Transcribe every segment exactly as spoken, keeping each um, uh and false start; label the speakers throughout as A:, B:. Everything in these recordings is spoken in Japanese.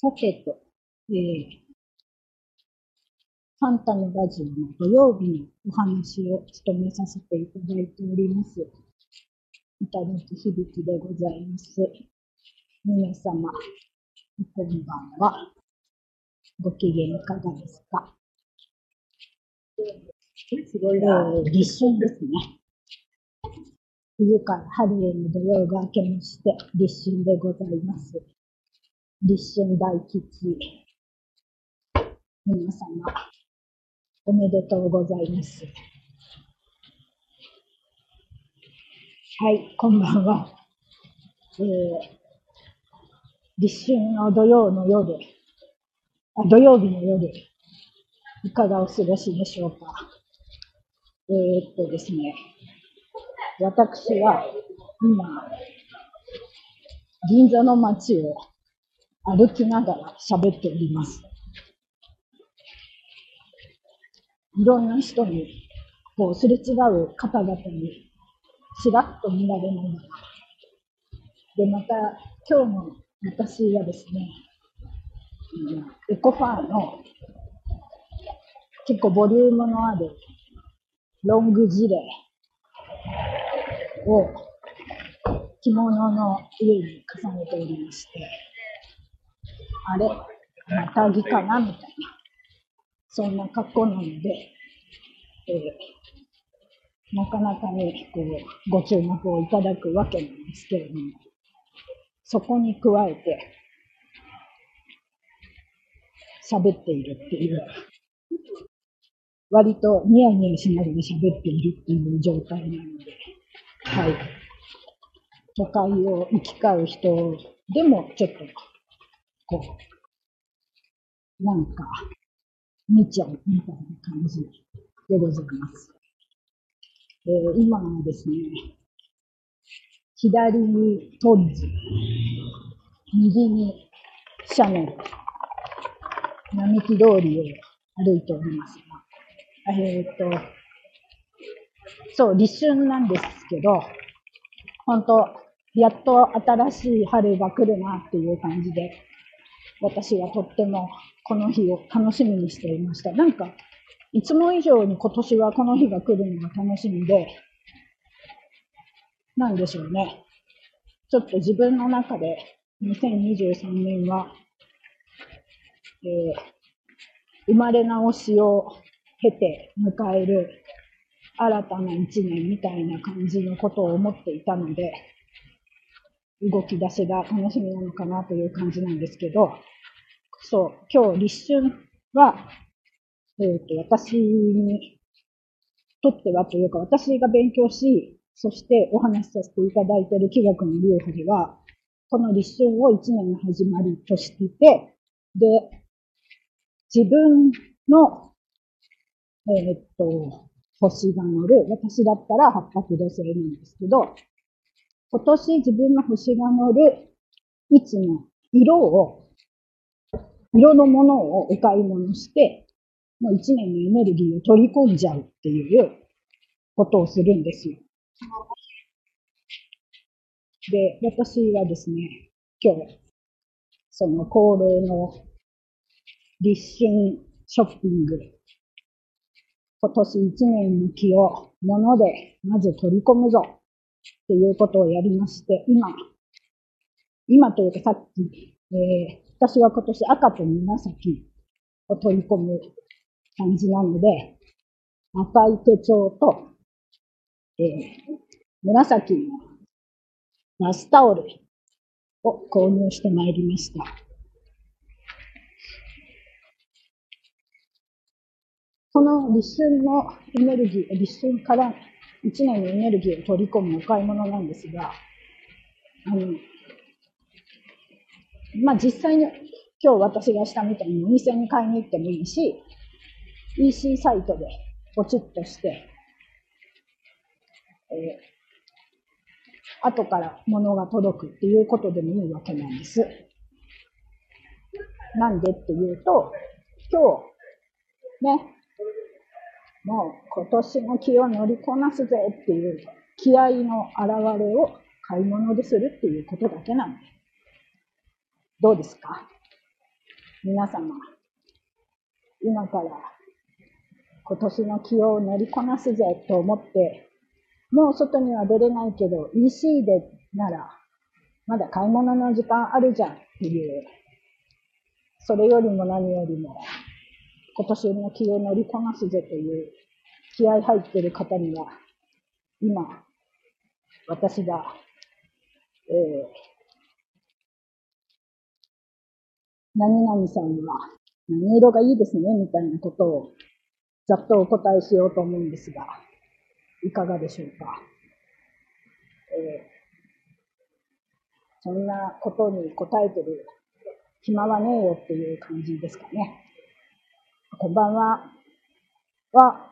A: さてと、えー、ファンタのラジオの土曜日のお話を務めさせていただいております。いただき響きでございます。皆様、こんばんは。ご機嫌いかがですか？すごいな。えー、立春ですね。冬から春への土曜が明けまして、立春でございます。立春大吉。皆様、おめでとうございます。はい、こんばんは。えー、立春の土曜の夜、あ、土曜日の夜、いかがお過ごしでしょうか。えー、っとですね、私は今、銀座の街を歩きながら喋っております。いろんな人に、こう、すれ違う方々に、ちらっと見られながら、で、また、今日の私はですね、エコファーの結構ボリュームのあるロングジレを着物の上に重ねておりまして、あれ、またぎかなみたいな、そんな格好なので、えー、なかなかね、こう、ご注目をいただくわけなんですけれども、そこに加えて、喋っているっていう、割とニヤニヤしながら喋っているっていう状態なので、はい。都会を行き交う人でもちょっと、こう、なんか、見ちゃうみたいな感じでございます。えー、今はですね、左にトッズ、右にシャネル、並木通りを歩いておりますが、えー、っと、そう、立春なんですけど、本当やっと新しい春が来るなっていう感じで、私はとってもこの日を楽しみにしていました。なんか、いつも以上に今年はこの日が来るのが楽しみで、なんでしょうね。ちょっと自分の中でにせんにじゅうさんねんは、えー、生まれ直しを経て迎える新たな一年みたいな感じのことを思っていたので、動き出しが楽しみなのかなという感じなんですけど、そう、今日立春は、えーと、私にとってはというか、私が勉強し、そしてお話しさせていただいている気学の流派では、この立春を一年の始まりとしていて、で、自分の、えー、っと、星が乗る、私だったら八白土星なんですけど、今年自分の星が乗る位置の色を、色のものをお買い物して、もう一年のエネルギーを取り込んじゃうっていうことをするんですよ。で、私はですね、今日、その恒例の立春ショッピング、今年一年の気を物でまず取り込むぞっていうことをやりまして、今、今というかさっき、えー、私は今年赤と紫を取り込む感じなので、赤い手帳と、えー、紫のバスタオルを購入してまいりました。この立春のエネルギー、立春から一年のエネルギーを取り込むお買い物なんですが、あの、まあ、実際に今日私がしたみたいにお店に買いに行ってもいいし、イーシー サイトでポチッとして、えー、後から物が届くっていうことでもいいわけなんです。なんでっていうと、今日、ね、もう今年の気を乗りこなすぜっていう気合の表れを買い物でするっていうことだけなんで。どうですか？ 皆様、今から今年の気を乗りこなすぜと思って、もう外には出れないけど イーシー でならまだ買い物の時間あるじゃんっていう、それよりも何よりも今年の気を乗りこなすぜという気合入ってる方には、今私が、えー、何々さんは何色がいいですねみたいなことをざっとお答えしようと思うんですが、いかがでしょうか。えー、そんなことに答えてる暇はねえよっていう感じですかね。こんばんは。は、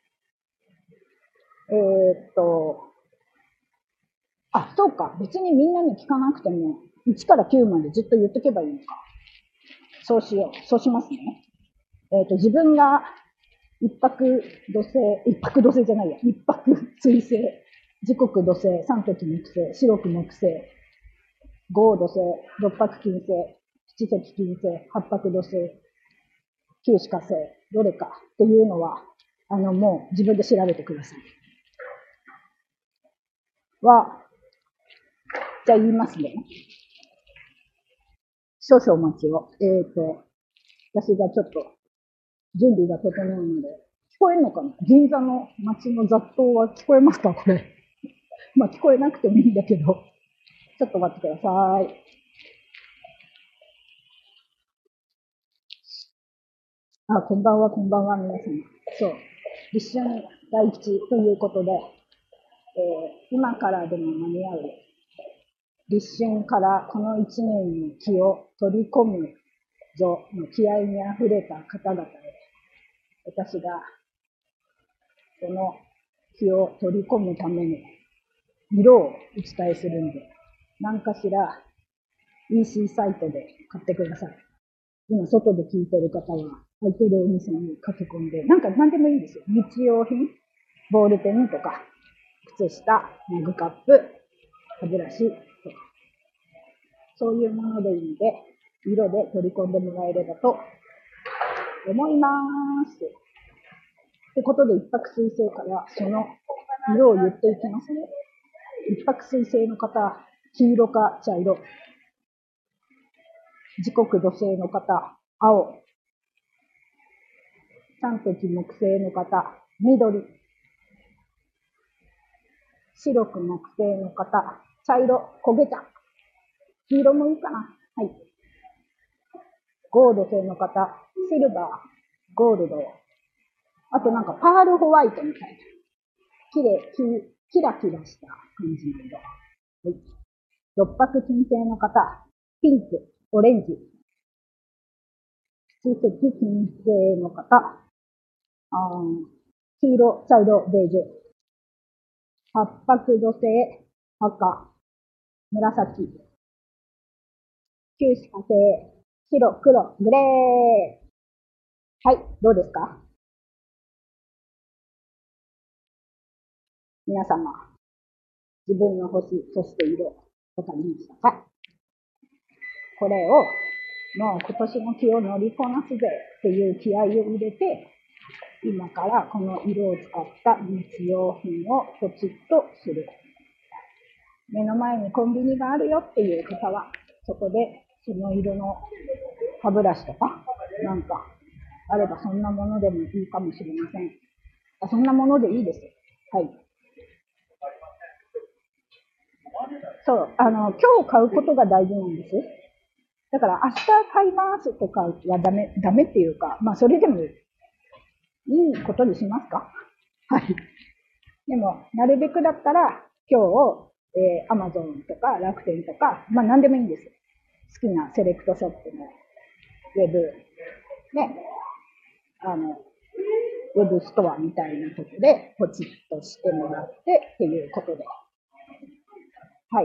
A: えー、っと、あ、そうか。別にみんなに聞かなくても、いちからきゅうまでずっと言っとけばいいのか。そうしよう。そうしますね。えー、っと、自分が一泊土星、一泊土星じゃないや、一泊水星、時刻土星、三時木星、四六木星、五土星、六泊金星、七石金星、八泊土星、九死火星、どれかっていうのは、あの、もう自分で調べてください。は、じゃあ言いますね。少々お待ちを。えっ、ー、と、私がちょっと準備が整うので、聞こえるのかな？銀座の街の雑踏は聞こえますかこれ。まあ聞こえなくてもいいんだけど、ちょっと待ってください。あ、こんばんは、こんばんは、皆様。そう。立春大吉ということで、えー、今からでも間に合う立春からこの一年の気を取り込むぞの気合にあふれた方々へ、私がその気を取り込むために色をお伝えするんで、何かしら イーシー サイトで買ってください。今外で聞いてる方は空いてるお店に駆け込んで、なんか何でもいいんですよ。日用品、ボールペンとか、靴下、マグカップ、歯ブラシとか、そういうものでいいので、色で取り込んでもらえればと思います。ってことで、一泊水星からその色を言っていきますね。一泊水星の方、黄色か茶色。時刻土星の方、青。三時木星の方、緑。白く木星の方、茶色、焦げ茶。黄色もいいかな。はい。ゴールド星の方、シルバー、ゴールド。あとなんかパールホワイトみたいな。きれい、キラキラした感じの色。はい。六白金星の方、ピンク、オレンジ。七石金星の方、あ黄色、茶色、ベージュ。八白土星、赤、紫。九死火星、白、黒、グレー。はい、どうですか？皆様、自分の星、そして色、わかりましたか？これを、もう今年の気を乗りこなすぜっていう気合を入れて、今からこの色を使った日用品をポチッとする。目の前にコンビニがあるよっていう方は、そこでその色の歯ブラシとか、なんかあればそんなものでもいいかもしれません。あ、そんなものでいいです。はい。そう、あの、今日買うことが大事なんです。だから明日買いますとかはダメ、ダメっていうか、まあそれでもいいことにしますか？はい。でも、なるべくだったら今日、えー、アマゾンとか楽天とか、まあ何でもいいんです。好きなセレクトショップのウェブ、ね、あの、ウェブストアみたいなとこでポチッとしてもらってっていうことで、はい、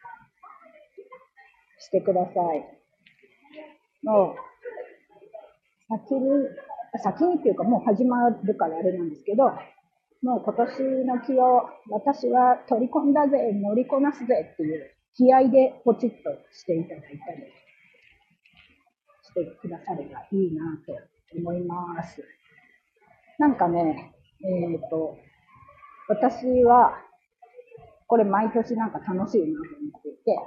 A: してください。もう、先に、先にっていうかもう始まるからあれなんですけど、もう今年の気を私は取り込んだぜ、乗りこなすぜっていう気合でポチッとしていただいたりししてくださればいいなと思います。なんかね、えっと、私は、これ毎年なんか楽しいなと思っていて、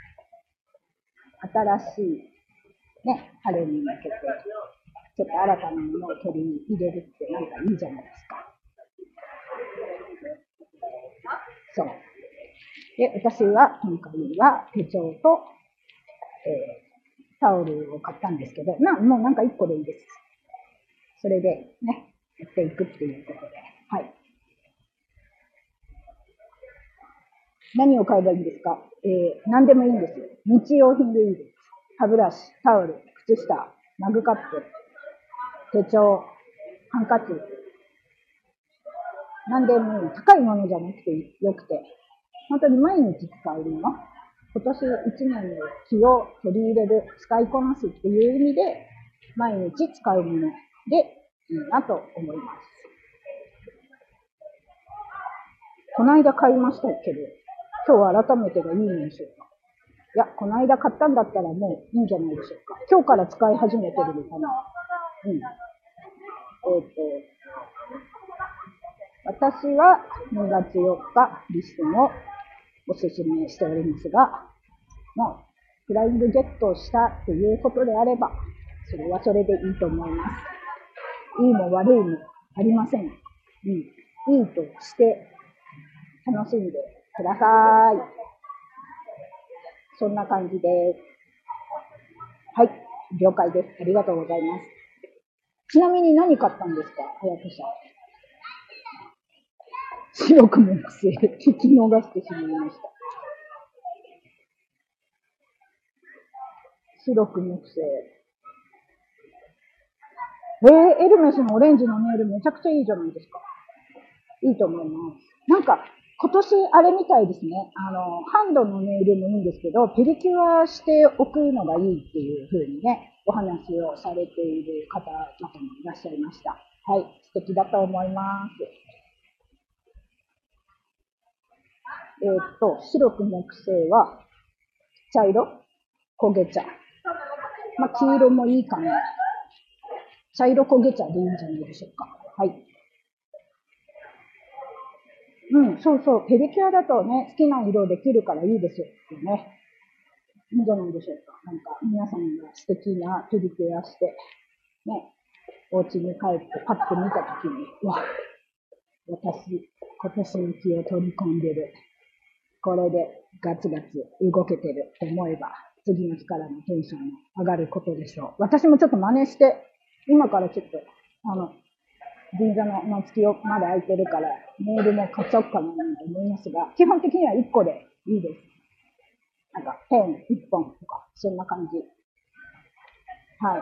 A: 新しいね、春に向けて、ちょっと新たなものを取り入れるってなんかいいじゃないですか。そう。で、私は今回は手帳と、えー、タオルを買ったんですけど、な、もうなんかいっこでいいです。それでね、やっていくっていうことで。はい。何を買えばいいんですか？えー、何でもいいんですよ。日用品でいいです。歯ブラシ、タオル、靴下、マグカップ、手帳、ハンカチ。何でもいい。高いものじゃなくてよくて、本当に毎日使えるもの。今年いちねんの気を取り入れる、使いこなすっていう意味で、毎日使うものでいいなと思います。この間買いましたけど、今日改めてがいいんでしょうか？いや、この間買ったんだったらもういいんじゃないでしょうか。今日から使い始めてるのかな。うん。えっ、ー、と、私はにがつよっか、リスンをおすすめしておりますが、もう、フライングゲットをしたということであれば、それはそれでいいと思います。いいも悪いもありません。うん。いいとして楽しんでください。そんな感じです。はい。了解です。ありがとうございます。ちなみに何買ったんですか、はやとさん。白く木星、聞き逃してしまいました。白く木星。えー、エルメスのオレンジのネイルめちゃくちゃいいじゃないですか。いいと思います。なんか、今年あれみたいですね。あの、ハンドのネイルもいいんですけど、ペディキュアしておくのがいいっていう風にね、お話をされている方々もいらっしゃいました。はい、素敵だと思います。えー、っと、白く木星は、茶色焦げ茶。まあ、黄色もいいかな。茶色焦げ茶でいいんじゃないでしょうか。はい。うん、そうそう。ペディキュアだとね、好きな色できるからいいですよね。いいんじゃないでしょうか。なんか、皆さんが素敵なペディキュアして、ね、お家に帰ってパッと見たときに、わ、私、今年の気を取り込んでる。これでガツガツ動けてると思えば、次の日からのテンションも上がることでしょう。私もちょっと真似して、今からちょっと、あの、銀座の夏月をまだ空いてるから、メールも買っちゃおうかなと思いますが、基本的にはいっこでいいです。なんか、ペンいっぽんとか、そんな感じ。はい。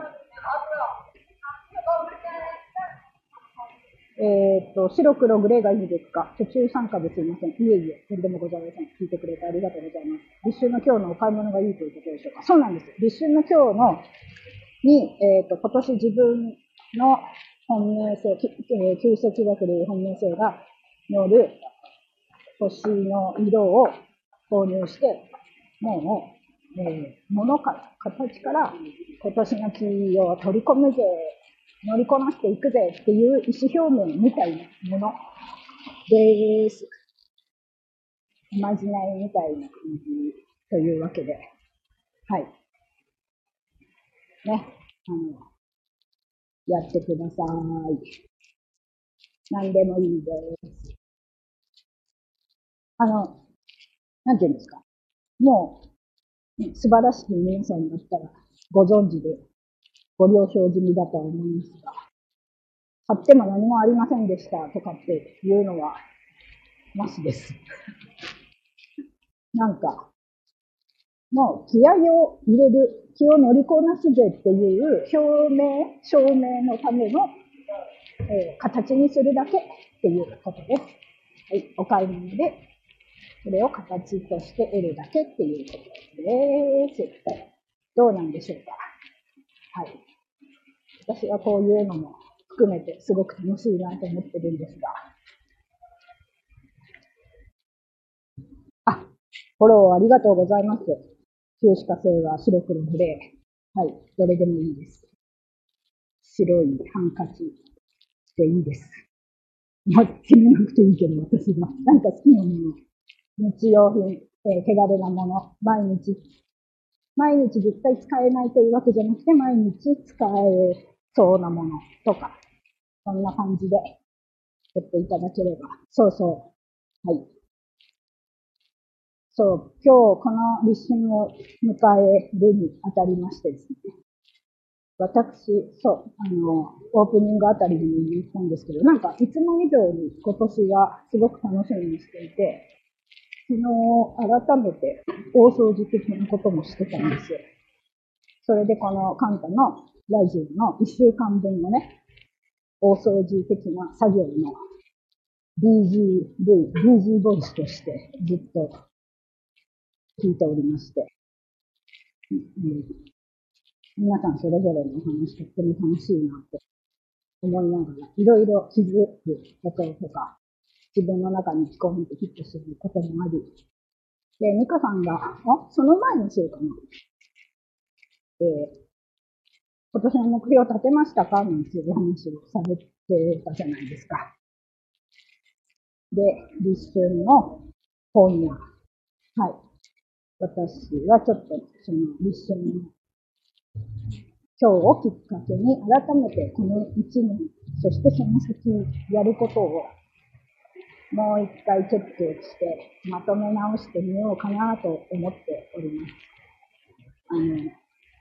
A: えー、っと、白黒グレーがいいですか？途中参加ですいません。いえいえ、とんでもございません。聞いてくれてありがとうございます。立春の今日のお買い物がいいということでしょうか？そうなんです。立春の今日のに、えー、っと、今年自分の本命性、えー、旧世紀学でいう本命性が乗る星の色を購入して、もう、えー、物から、形から今年の木を取り込むぜ、乗りこなしていくぜっていう意思表明みたいなものです。おまじないみたいな感じというわけで、はい。ね、あの、やってください。何でもいいです。あの、なんていうんですか。もう、素晴らしき皆さんだったらご存知でご了承済みだと思いますが、買っても何もありませんでしたとかっていうのは、なしです。なんか、もう気合を入れる、気を乗りこなすぜっていう表明、証明のための、えー、形にするだけっていうことです。はい、お買い物で、それを形として得るだけっていうことです。どうなんでしょうか。はい。私はこういうのも含めてすごく楽しいなと思ってるんですが。あ、フォローありがとうございます。旧歯科生は白黒グレー。 はい、どれでもいいです。白いハンカチでいいです。まあ、決めなくていいけど、私が。なんか好きなもの。日用品、えー、手軽なもの、毎日、毎日絶対使えないというわけじゃなくて、毎日使えそうなものとか、そんな感じで、やっていただければ。そうそう。はい。そう、今日この立春を迎えるにあたりましてですね、私、そう、あの、オープニングあたりにも言ったんですけど、なんかいつも以上に今年はすごく楽しみにしていて、昨日改めて大掃除的なこともしてたんですよ。それでこのカンタのラジオのいっしゅうかんぶんのね、大掃除的な作業の ビージーブイ、ビージー ボイスとしてずっと聞いておりまして、うん、皆さんそれぞれのお話とっても楽しいなと思いながら、いろいろ気づくこととか、自分の中に聞こえてヒットすることもあり、で、ミカさんが、あ、その前にしようかな。えー、今年の目標を立てましたかなんていうお話をされてたじゃないですか。で、立春の本屋。はい。私はちょっと、その立春の今日をきっかけに、改めてこのいちねん、そしてその先やることを、もう一回チェックして、まとめ直してみようかなと思っております。あの、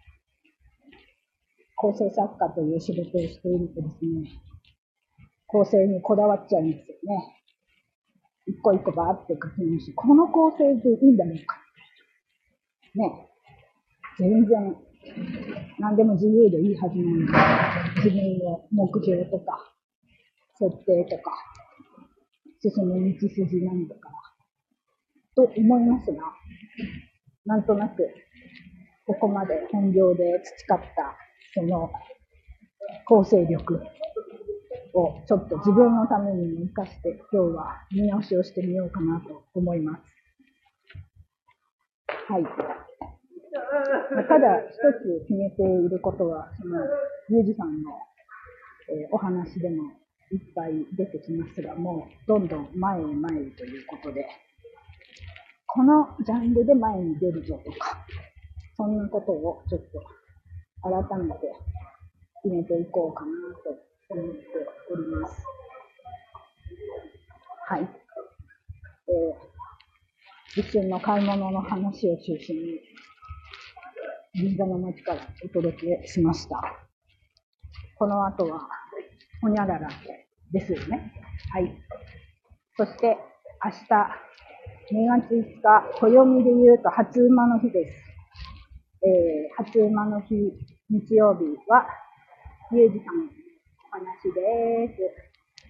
A: 構成作家という仕事をしているとですね、構成にこだわっちゃうんですよね。一個一個バーって書き直し、この構成でいいんだろうか。ね。全然、何でも自由でいいはずなのに、自分の目標とか、設定とか、進む道筋なんだから、と思いますが、なんとなく、ここまで本業で培った、その、構成力をちょっと自分のためにも生かして、今日は見直しをしてみようかなと思います。はい。ただ、一つ決めていることは、その、ユージさんの、えー、お話でもいっぱい出てきますが、もうどんどん前へ前へということで、このジャンルで前に出るぞとか、そんなことをちょっと改めて決めていこうかなと思っております。はい。えー、一瞬の買い物の話を中心に、銀座の街からお届けしました。この後は、ほにゃららですよね。はい。そして、明日、にがついつか、暦で言うと初馬の日です。えー、初馬の日、日曜日は、ゆうじさんのお話です。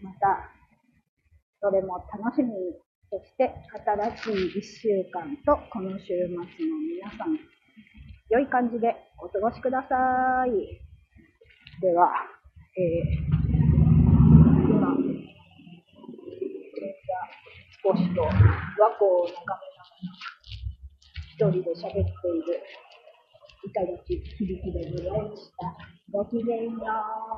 A: また、どれも楽しみに、そして新しいいっしゅうかんとこの週末の皆さん、良い感じでお過ごしください。では、えー、今、少しと和光を眺めながら一人で喋っている板垣響でございました。ごきげんよう。